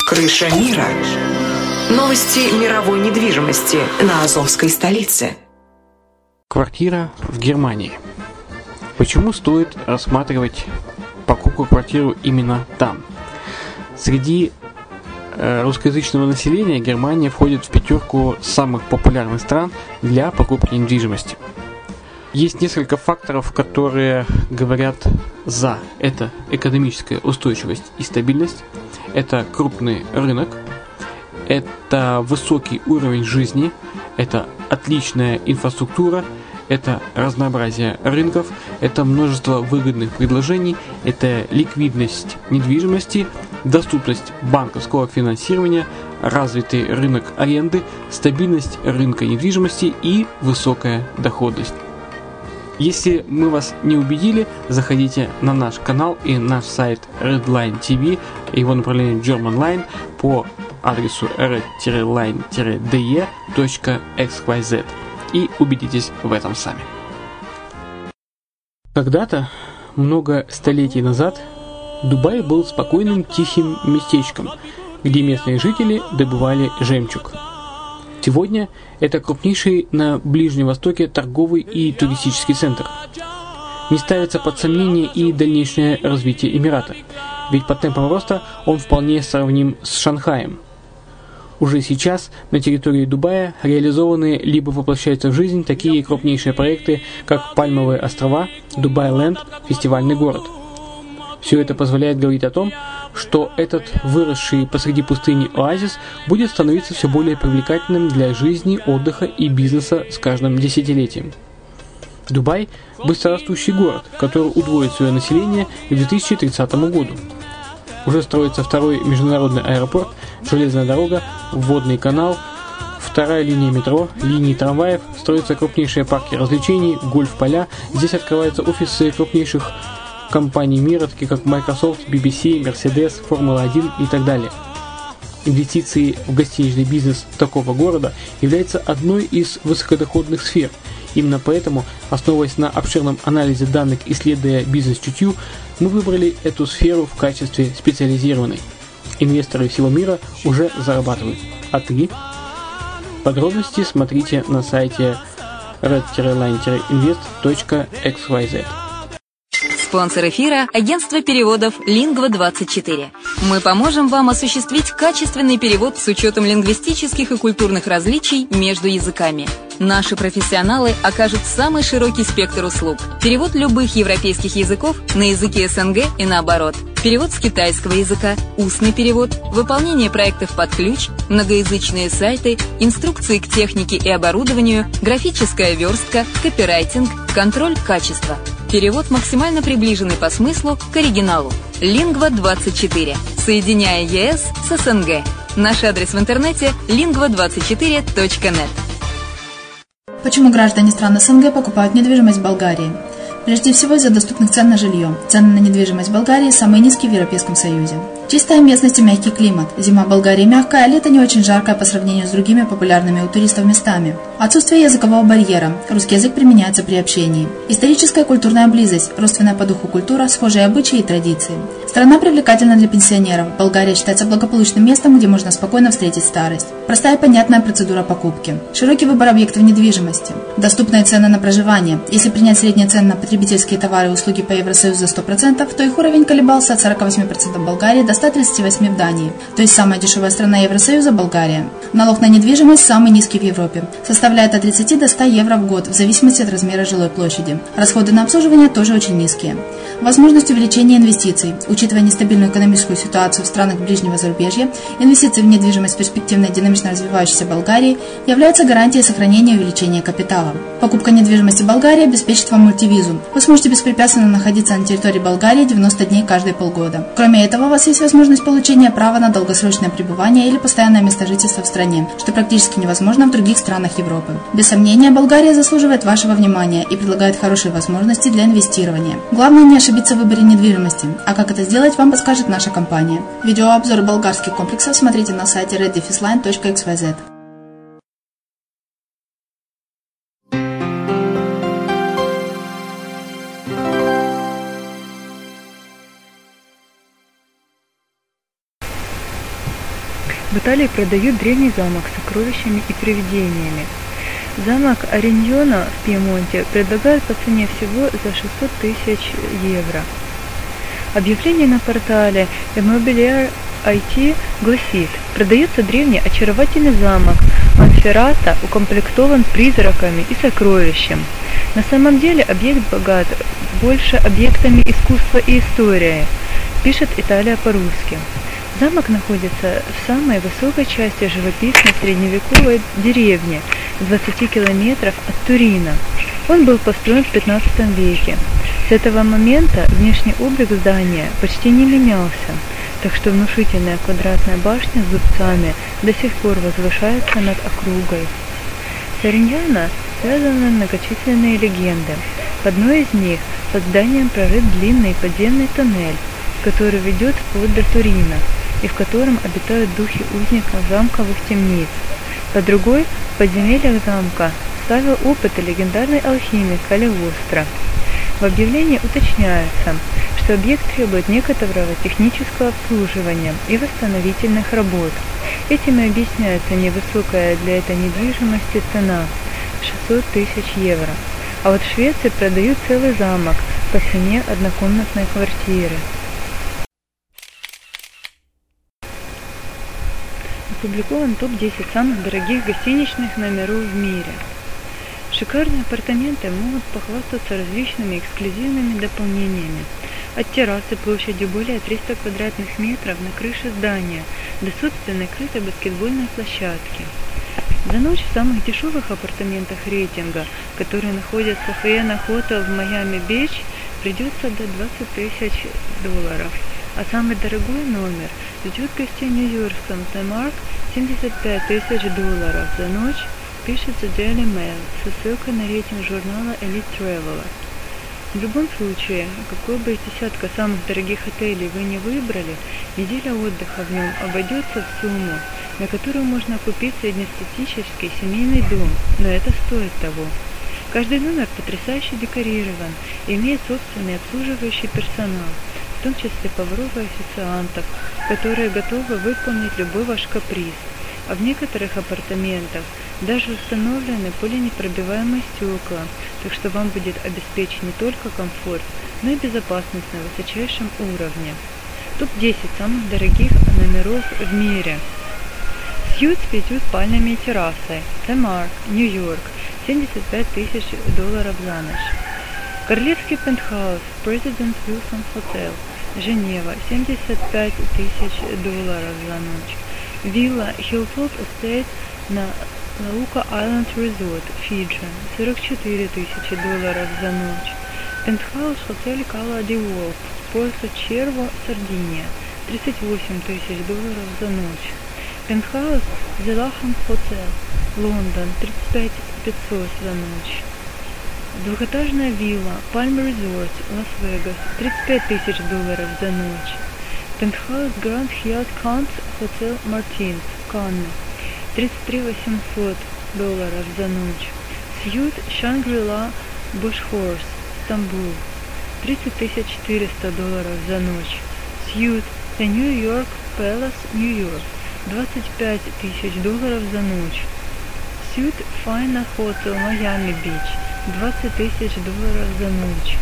Крыша мира. Новости мировой недвижимости на Азовской столице. Квартира в Германии. Почему стоит рассматривать покупку квартиры именно там? Среди русскоязычного населения Германия входит в пятерку самых популярных стран для покупки недвижимости. Есть несколько факторов, которые говорят за. Это экономическая устойчивость и стабильность, это крупный рынок, это высокий уровень жизни, это отличная инфраструктура, это разнообразие рынков, это множество выгодных предложений, это ликвидность недвижимости, доступность банковского финансирования, развитый рынок аренды, стабильность рынка недвижимости и высокая доходность. Если мы вас не убедили, заходите на наш канал и наш сайт Redline TV, его направление German Line по адресу red-line-de.xyz и убедитесь в этом сами. Когда-то, много столетий назад, Дубай был спокойным тихим местечком, где местные жители добывали жемчуг. Сегодня это крупнейший на Ближнем Востоке торговый и туристический центр. Не ставится под сомнение и дальнейшее развитие Эмирата, ведь по темпам роста он вполне сравним с Шанхаем. Уже сейчас на территории Дубая реализованы либо воплощаются в жизнь такие крупнейшие проекты, как Пальмовые острова, Дубай-Ленд, фестивальный город. Все это позволяет говорить о том, что этот выросший посреди пустыни оазис будет становиться все более привлекательным для жизни, отдыха и бизнеса с каждым десятилетием. Дубай – быстрорастущий город, который удвоит свое население к 2030 году. Уже строится второй международный аэропорт, железная дорога, водный канал, вторая линия метро, линии трамваев, строятся крупнейшие парки развлечений, гольф-поля, здесь открываются офисы крупнейших компаний мира, таких как Microsoft, BBC, Mercedes, Формула-1 и так далее. Инвестиции в гостиничный бизнес такого города являются одной из высокодоходных сфер. Именно поэтому, основываясь на обширном анализе данных, исследуя бизнес-чутью, мы выбрали эту сферу в качестве специализированной. Инвесторы всего мира уже зарабатывают. А ты? Подробности смотрите на сайте red-line-invest.xyz. Спонсор эфира – агентство переводов Lingva24. Мы поможем вам осуществить качественный перевод с учетом лингвистических и культурных различий между языками. Наши профессионалы окажут самый широкий спектр услуг. Перевод любых европейских языков на языки СНГ и наоборот. Перевод с китайского языка, устный перевод, выполнение проектов под ключ, многоязычные сайты, инструкции к технике и оборудованию, графическая верстка, копирайтинг, контроль качества. Перевод максимально приближенный по смыслу к оригиналу. Lingva24. Соединяя ЕС с СНГ. Наш адрес в интернете lingva24.net. Почему граждане стран СНГ покупают недвижимость в Болгарии? Прежде всего из-за доступных цен на жилье. Цены на недвижимость в Болгарии самые низкие в Европейском Союзе. Чистая местность и мягкий климат. Зима в Болгарии мягкая, а лето не очень жаркое по сравнению с другими популярными у туристов местами. Отсутствие языкового барьера. Русский язык применяется при общении. Историческая и культурная близость. Родственная по духу культура, схожие обычаи и традиции. Страна привлекательна для пенсионеров. Болгария считается благополучным местом, где можно спокойно встретить старость. Простая и понятная процедура покупки. Широкий выбор объектов недвижимости. Доступные цены на проживание. Если принять средние цены на потребительские товары и услуги по Евросоюзу за 100%, то их уровень колебался от 48% в Болгарии до 138% в Дании. То есть самая дешевая страна Евросоюза – Болгария. Налог на недвижимость самый низкий в Европе. Составляет от 30 до 100 евро в год, в зависимости от размера жилой площади. Расходы на обслуживание тоже очень низкие. Возможность увеличения инвестиций. Учитывая нестабильную экономическую ситуацию в странах ближнего зарубежья, инвестиции в недвижимость в перспективной динамично развивающейся Болгарии являются гарантией сохранения и увеличения капитала. Покупка недвижимости в Болгарии обеспечит вам мультивизу. Вы сможете беспрепятственно находиться на территории Болгарии 90 дней каждые полгода. Кроме этого, у вас есть возможность получения права на долгосрочное пребывание или постоянное место жительства в стране, что практически невозможно в других странах Европы. Без сомнения, Болгария заслуживает вашего внимания и предлагает хорошие возможности для инвестирования. Главное не ошибиться в выборе недвижимости, а как это сделать, вам подскажет наша компания. Видеообзор болгарских комплексов смотрите на сайте red-line.xyz. В Италии продают древний замок с сокровищами и привидениями. Замок Ариньоно в Пьемонте предлагают по цене всего за 600 тысяч евро. Объявление на портале Immobiliare IT гласит: продается древний очаровательный замок Монферрата, укомплектован призраками и сокровищем. На самом деле объект богат больше объектами искусства и истории, пишет Италия по-русски. Замок находится в самой высокой части живописной средневековой деревни, в 20 километров от Турина. Он был построен в 15 веке. С этого момента внешний облик здания почти не менялся, так что внушительная квадратная башня с зубцами до сих пор возвышается над округой. С Ариньяно связаны многочисленные легенды. В одной из них под зданием прорыт длинный подземный тоннель, который ведет вплоть до Турина, и в котором обитают духи узников замковых темниц. По другой, в подземельях замка ставил опыты легендарный алхимик Калиостро. В объявлении уточняется, что объект требует некоторого технического обслуживания и восстановительных работ. Этим и объясняется невысокая для этой недвижимости цена – 600 тысяч евро. А вот в Швеции продают целый замок по цене однокомнатной квартиры. Опубликован топ-10 самых дорогих гостиничных номеров в мире. Шикарные апартаменты могут похвастаться различными эксклюзивными дополнениями. От террасы площадью более 300 квадратных метров на крыше здания до собственной крытой баскетбольной площадки. За ночь в самых дешевых апартаментах рейтинга, которые находятся в Sienna Hotel в Майами-Бич, придется до 20 тысяч долларов. А самый дорогой номер в жуткости нью-йоркском Темарк 75 тысяч долларов за ночь, пишет The Daily Mail со ссылкой на рейтинг журнала Elite Traveler. В любом случае, какой бы из десятка самых дорогих отелей вы не выбрали, неделя отдыха в нем обойдется в сумму, на которую можно купить среднестатистический семейный дом, но это стоит того. Каждый номер потрясающе декорирован и имеет собственный обслуживающий персонал, в том числе поваров и официантов, которые готовы выполнить любой ваш каприз. А в некоторых апартаментах даже установлены пуленепробиваемые стекла, так что вам будет обеспечен не только комфорт, но и безопасность на высочайшем уровне. Топ-10 самых дорогих номеров в мире. Сьют с 5 спальнями и террасой. Темарк, Нью-Йорк, 75 тысяч долларов за ночь. Королевский пентхаус, President's Wilson Hotel, Женева, 75 тысяч долларов за ночь. Вилла Hilltop Estate на Лаука Айленд Resort, Фиджи, 44 тысячи долларов за ночь. Пентхаус Hotel Cala di Wolf, Порто Черво, Сардиния, 38 тысяч долларов за ночь. Пентхаус The Laham Hotel, Лондон, 35 500 за ночь. Двухэтажная вилла Palm Resort, Лас-Вегас, 35 тысяч долларов за ночь. Пентхаус Grand Hyatt Cannes Hotel Martins, Канны, 33 800 долларов за ночь. Сьют Shangri-La Бошхорс, Стамбул, 30 400 долларов за ночь. Сьют The New York Palace, Нью-Йорк, 25 тысяч долларов за ночь. Сьют Файна Hotel, Майами-Бич, 20 тысяч долларов за ночь.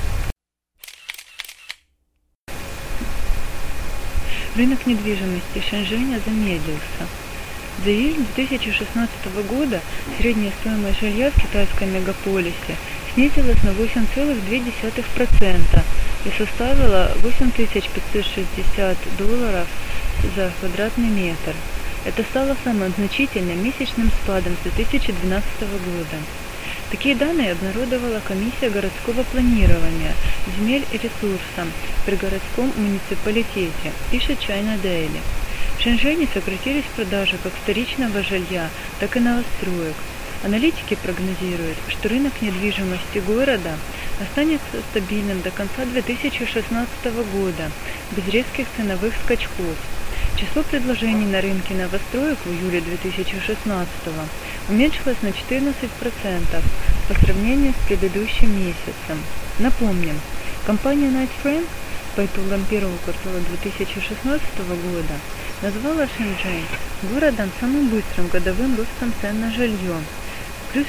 Рынок недвижимости Шэньчжэня замедлился. За июль 2016 года средняя стоимость жилья в китайском мегаполисе снизилась на 8,2% и составила 8560 долларов за квадратный метр. Это стало самым значительным месячным спадом с 2012 года. Такие данные обнародовала комиссия городского планирования, земель и ресурсов при городском муниципалитете, пишет China Daily. В Шэньчжэне сократились продажи как вторичного жилья, так и новостроек. Аналитики прогнозируют, что рынок недвижимости города останется стабильным до конца 2016 года, без резких ценовых скачков. Число предложений на рынке новостроек в июле 2016 уменьшилось на 14% по сравнению с предыдущим месяцем. Напомним, компания Knight Frank по итогам первого квартала 2016 года назвала Шэньчжэнь городом с самым быстрым годовым ростом цен на жилье, плюс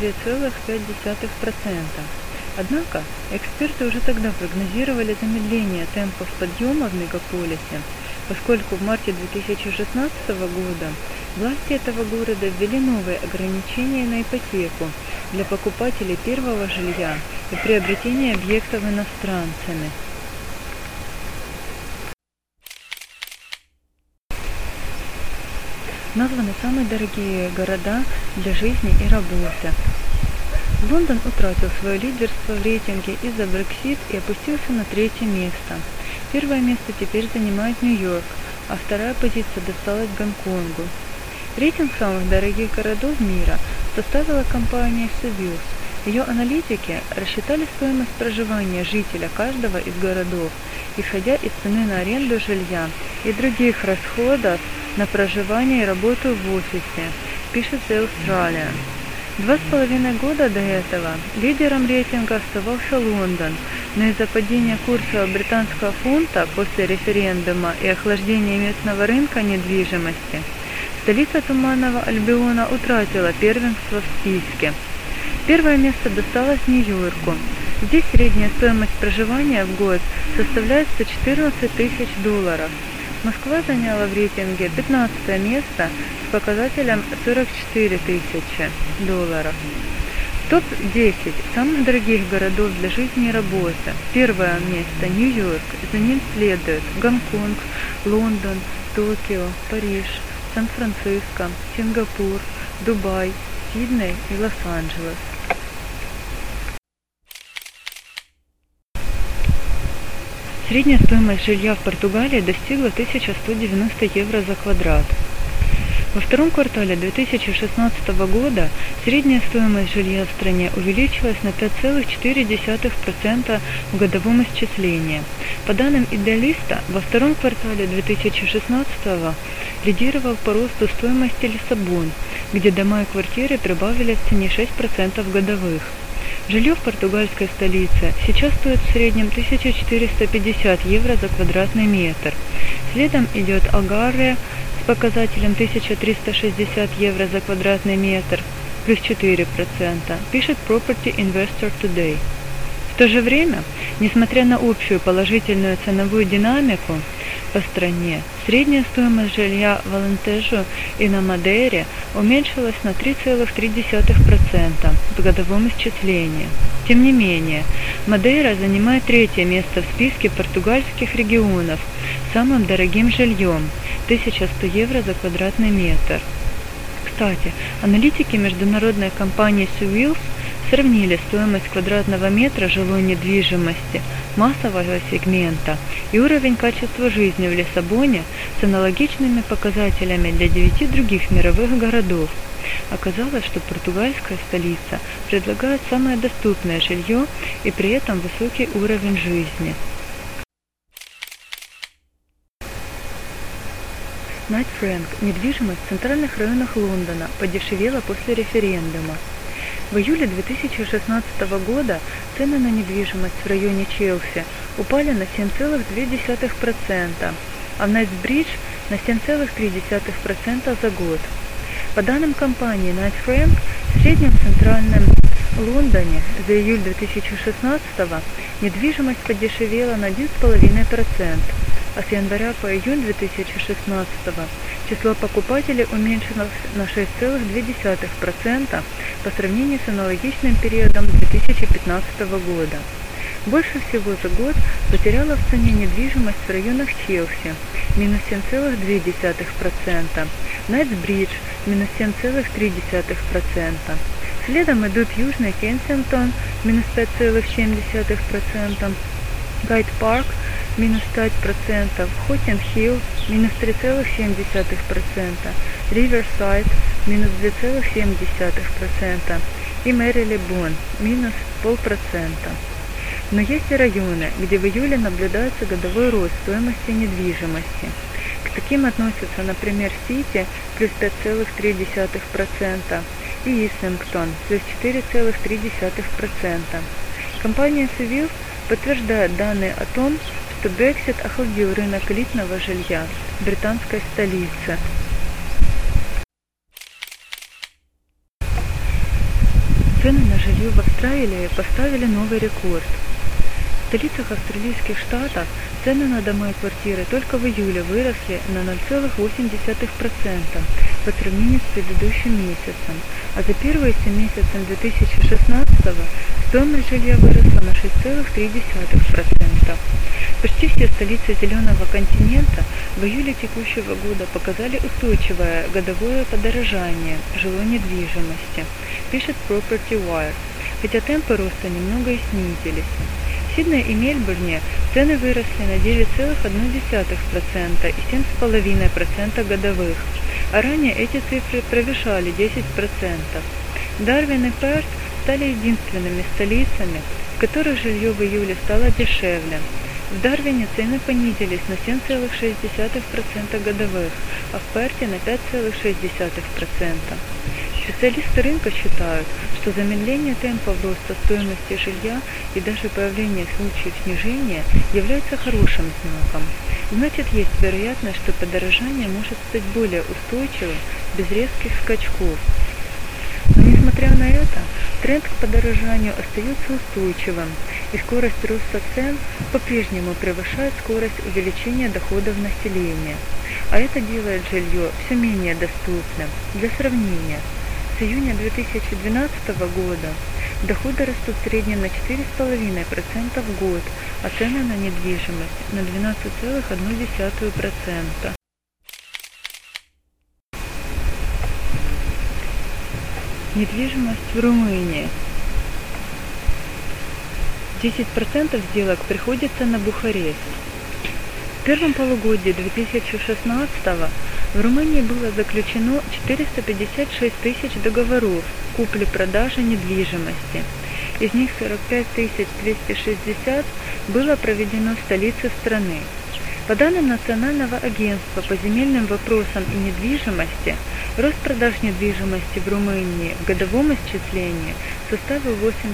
62,5%. Однако эксперты уже тогда прогнозировали замедление темпов подъема в мегаполисе, поскольку в марте 2016 года власти этого города ввели новые ограничения на ипотеку для покупателей первого жилья и приобретения объектов иностранцами. Названы самые дорогие города для жизни и работы. Лондон утратил свое лидерство в рейтинге из-за Brexit и опустился на 3-е место. Первое место теперь занимает Нью-Йорк, а вторая позиция досталась Гонконгу. Рейтинг самых дорогих городов мира составила компания Savills. Ее аналитики рассчитали стоимость проживания жителя каждого из городов, исходя из цены на аренду жилья и других расходов на проживание и работу в офисе, пишет The Australian. 2,5 года до этого лидером рейтинга оставался Лондон, но из-за падения курса британского фунта после референдума и охлаждения местного рынка недвижимости, столица Туманного Альбиона утратила первенство в списке. Первое место досталось Нью-Йорку. Здесь средняя стоимость проживания в год составляет $114 тысяч. Москва заняла в рейтинге 15 место с показателем $44 тысячи. Топ-10 самых дорогих городов для жизни и работы. Первое место Нью-Йорк, за ним следуют Гонконг, Лондон, Токио, Париж, Сан-Франциско, Сингапур, Дубай, Сидней и Лос-Анджелес. Средняя стоимость жилья в Португалии достигла 1190 евро за квадрат. Во втором квартале 2016 года средняя стоимость жилья в стране увеличилась на 5,4% в годовом исчислении. По данным Идеалиста, во втором квартале 2016 лидировал по росту стоимости Лиссабон, где дома и квартиры прибавили в цене 6% годовых. Жилье в португальской столице сейчас стоит в среднем 1450 евро за квадратный метр. Следом идет Алгарве с показателем 1360 евро за квадратный метр, плюс 4%, пишет Property Investor Today. В то же время, несмотря на общую положительную ценовую динамику по стране, средняя стоимость жилья в Алентежу и на Мадейре уменьшилась на 3,3% в годовом исчислении. Тем не менее, Мадейра занимает 3-е место в списке португальских регионов с самым дорогим жильем – 1100 евро за квадратный метр. Кстати, аналитики международной компании Savills сравнили стоимость квадратного метра жилой недвижимости массового сегмента и уровень качества жизни в Лиссабоне с аналогичными показателями для 9 других мировых городов. Оказалось, что португальская столица предлагает самое доступное жилье и при этом высокий уровень жизни. Найт Фрэнк. Недвижимость в центральных районах Лондона подешевела после референдума. В июле 2016 года цены на недвижимость в районе Челси упали на 7,2%, а в Найтсбридж на 7,3% за год. По данным компании Найт Фрэнк, в среднем центральном Лондоне за июль 2016 недвижимость подешевела на 1,5%, а с января по июнь 2016 число покупателей уменьшилось на 6,2% по сравнению с аналогичным периодом 2015 года. Больше всего за год потеряла в цене недвижимость в районах Челси – минус 7,2%, Найтсбридж – минус 7,3%. Следом идут Южный Кенсингтон – минус 5,7%, Гайд-Парк – минус 5%, Хоттинг-Хилл – минус 3,7%, Риверсайд – минус 2,7% и Мэрилибон – минус 0,5%. Но есть и районы, где в июле наблюдается годовой рост стоимости недвижимости. К таким относятся, например, Сити – плюс 5,3% и Ислингтон – плюс 4,3%. Компания Savills подтверждает данные о том, что Brexit охладил рынок элитного жилья в британской столице. Цены на жилье в Австралии поставили новый рекорд. В столицах австралийских штатов цены на дома и квартиры только в июле выросли на 0,8% по сравнению с предыдущим месяцем, а за первые 7 месяцев 2016 стоимость жилья выросла на 6,3%. Почти все столицы Зеленого континента в июле текущего года показали устойчивое годовое подорожание жилой недвижимости, пишет Property Wire, хотя темпы роста немного и снизились. В Сиднее и Мельбурне цены выросли на 9,1% и 7,5% годовых, а ранее эти цифры превышали 10%. Дарвин и Перт стали единственными столицами, в которых жилье в июле стало дешевле. В Дарвине цены понизились на 7,6% годовых, а в Перте на 5,6%. Специалисты рынка считают, что замедление темпов роста стоимости жилья и даже появление случаев снижения является хорошим знаком. Значит, есть вероятность, что подорожание может стать более устойчивым без резких скачков. Но несмотря на это, тренд к подорожанию остается устойчивым, и скорость роста цен по-прежнему превышает скорость увеличения доходов населения. А это делает жилье все менее доступным. Для сравнения, с июня 2012 года доходы растут в среднем на 4,5% в год, а цены на недвижимость на 12,1%. Недвижимость в Румынии. 10% сделок приходится на Бухарест. В первом полугодии 2016 в Румынии было заключено 456 тысяч договоров купли-продажи недвижимости. Из них 45 260 было проведено в столице страны. По данным Национального агентства по земельным вопросам и недвижимости, рост продаж недвижимости в Румынии в годовом исчислении составил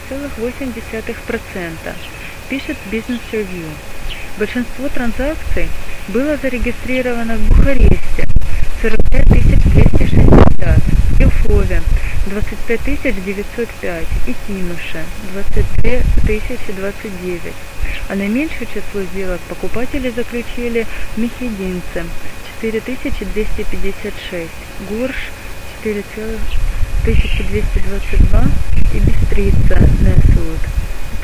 8,8%, пишет Business Review. Большинство транзакций было зарегистрировано в Бухаресте – 45 260, Илфове – 25 905 и Тимуше – 22 029. А наименьшее число сделок покупатели заключили в Мехединце – 4256, Горш – 4222 и Бистрица Несуд –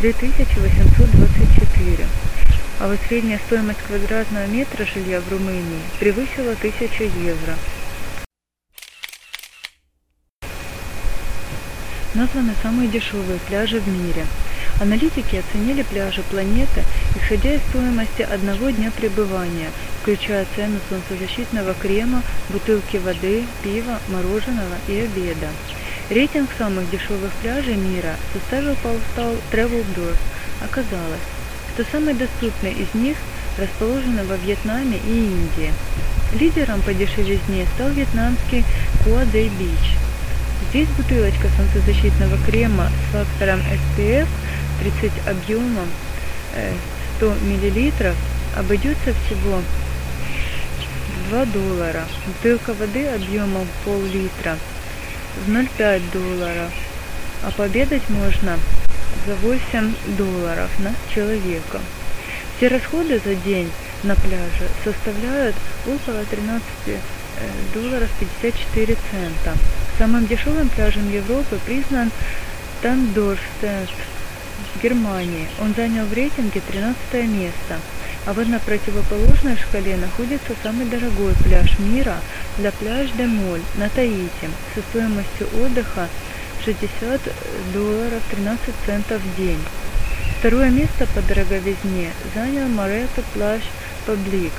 3824. А вот средняя стоимость квадратного метра жилья в Румынии превысила 1000 евро. Названы самые дешевые пляжи в мире. Аналитики оценили пляжи планеты, исходя из стоимости одного дня пребывания, включая цену солнцезащитного крема, бутылки воды, пива, мороженого и обеда. Рейтинг самых дешевых пляжей мира составил портал Travelodor. Оказалось, что самые доступные из них расположены во Вьетнаме и Индии. Лидером по дешевизне стал вьетнамский Qua Dai Beach. Здесь бутылочка солнцезащитного крема с фактором SPF 30 объемом 100 мл обойдется всего $2. Бутылка воды объемом пол-литра в $0,5, а пообедать можно за $8 на человека. Все расходы за день на пляже составляют около $13.54. Самым дешевым пляжем Европы признан Тандорстед в Германии. Он занял в рейтинге 13 место. А вот на противоположной шкале находится самый дорогой пляж мира для Пляж-де-Моль на Таити со стоимостью отдыха $60.13 в день. Второе место по дороговизне занял Марето Плаж Паблик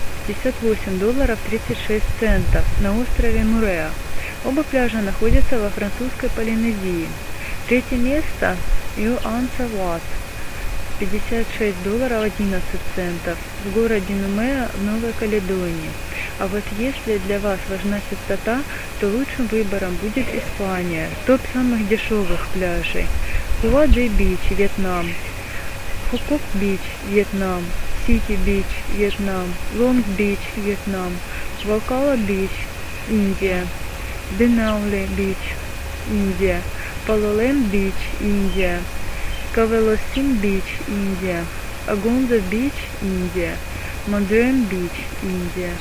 $58.36 на острове Муреа. Оба пляжа находятся во французской Полинезии. Третье место Иоанн-Сават $56.11 в городе Нумеа в Новой Каледонии. А вот если для вас важна чистота, то лучшим выбором будет Испания. Топ самых дешевых пляжей: Qua Dai Beach, Вьетнам; Phuoc Beach, Вьетнам; Сити Бич, Вьетнам, Лонг Бич, Вьетнам, Валкала Бич, Индия, Денаули Бич, Индия, Палолем Бич, Индия, Кавелосин Бич, Индия, Агонза Бич, Индия, Мандрем Бич, Индия.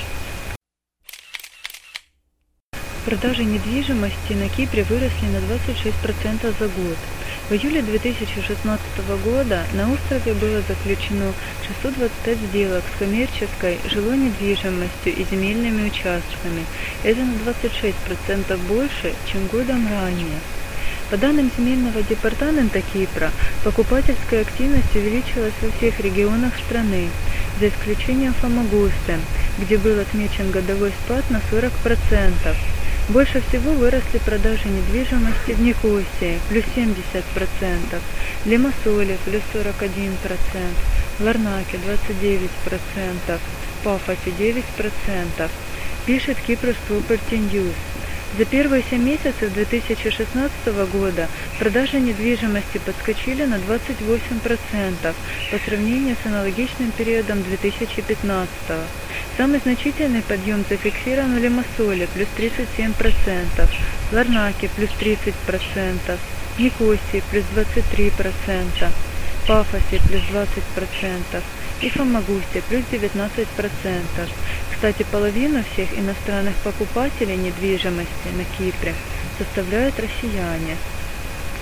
Продажи недвижимости на Кипре выросли на 26% за год. В июле 2016 года на острове было заключено 625 сделок с коммерческой жилой недвижимостью и земельными участками. Это на 26% больше, чем годом ранее. По данным земельного департамента Кипра, покупательская активность увеличилась во всех регионах страны, за исключением Фомагусты, где был отмечен годовой спад на 40%. Больше всего выросли продажи недвижимости в Никосии, плюс 70%, Лимассоле, плюс 41%, Ларнаке, 29%, Пафосе, 9%, пишет Cyprus Property News. За первые 7 месяцев 2016 года продажи недвижимости подскочили на 28% по сравнению с аналогичным периодом 2015. Самый значительный подъем зафиксирован в Лимассоле, плюс 37%, Ларнаке, плюс 30%, Никосии, плюс 23%, Пафосе, плюс 20% и Фомагусте, плюс 19%. Кстати, половину всех иностранных покупателей недвижимости на Кипре составляют россияне.